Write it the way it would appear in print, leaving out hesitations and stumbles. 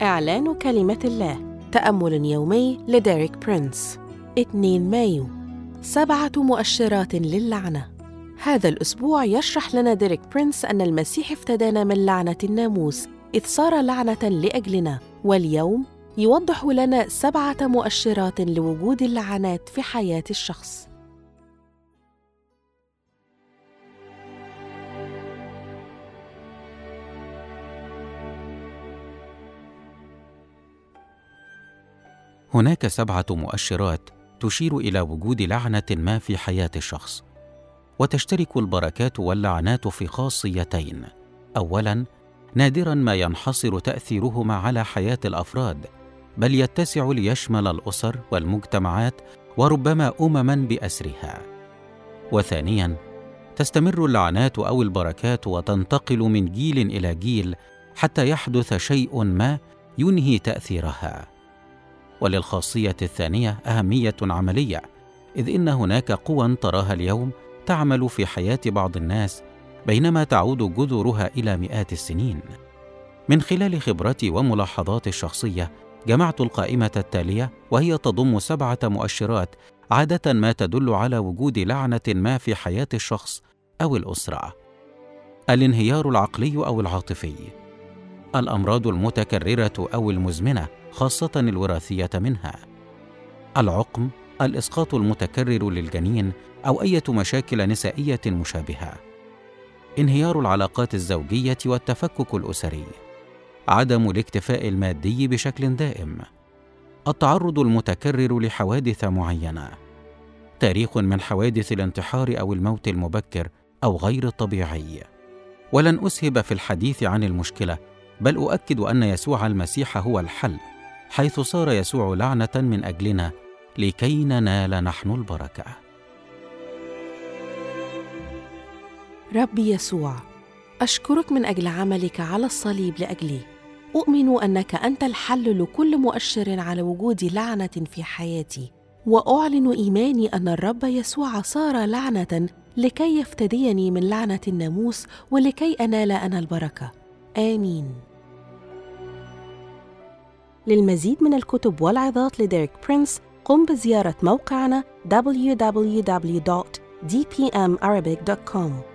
إعلان كلمة الله. تأمل يومي لديريك برينس. 2 مايو. 7 مؤشرات للعنة. هذا الأسبوع يشرح لنا ديريك برينس أن المسيح افتدانا من لعنة الناموس إذ صار لعنة لأجلنا، واليوم يوضح لنا 7 مؤشرات لوجود اللعنات في حياة الشخص. هناك 7 مؤشرات تشير إلى وجود لعنة ما في حياة الشخص، وتشترك البركات واللعنات في خاصيتين. أولاً، نادراً ما ينحصر تأثيرهما على حياة الأفراد، بل يتسع ليشمل الأسر والمجتمعات وربما أمماً بأسرها. وثانياً، تستمر اللعنات أو البركات وتنتقل من جيل إلى جيل حتى يحدث شيء ما ينهي تأثيرها. وللخاصية الثانية أهمية عملية، إذ إن هناك قوى تراها اليوم تعمل في حياة بعض الناس بينما تعود جذورها إلى مئات السنين. من خلال خبرتي وملاحظاتي الشخصية جمعت القائمة التالية، وهي تضم 7 مؤشرات عادة ما تدل على وجود لعنة ما في حياة الشخص أو الأسرة. الانهيار العقلي أو العاطفي، الأمراض المتكررة أو المزمنة خاصة الوراثية منها، العقم، الإسقاط المتكرر للجنين أو أي مشاكل نسائية مشابهة، انهيار العلاقات الزوجية والتفكك الأسري، عدم الاكتفاء المادي بشكل دائم، التعرض المتكرر لحوادث معينة، تاريخ من حوادث الانتحار أو الموت المبكر أو غير الطبيعي. ولن أسهب في الحديث عن المشكلة، بل أؤكد أن يسوع المسيح هو الحل، حيث صار يسوع لعنة من أجلنا لكي ننال نحن البركة. ربي يسوع، أشكرك من أجل عملك على الصليب لأجلي. أؤمن أنك أنت الحل لكل مؤشر على وجود لعنة في حياتي، وأعلن إيماني أن الرب يسوع صار لعنة لكي يفتديني من لعنة الناموس ولكي أنال أنا البركة. آمين. للمزيد من الكتب والعظات لديريك برينس قم بزيارة موقعنا www.dpmarabic.com.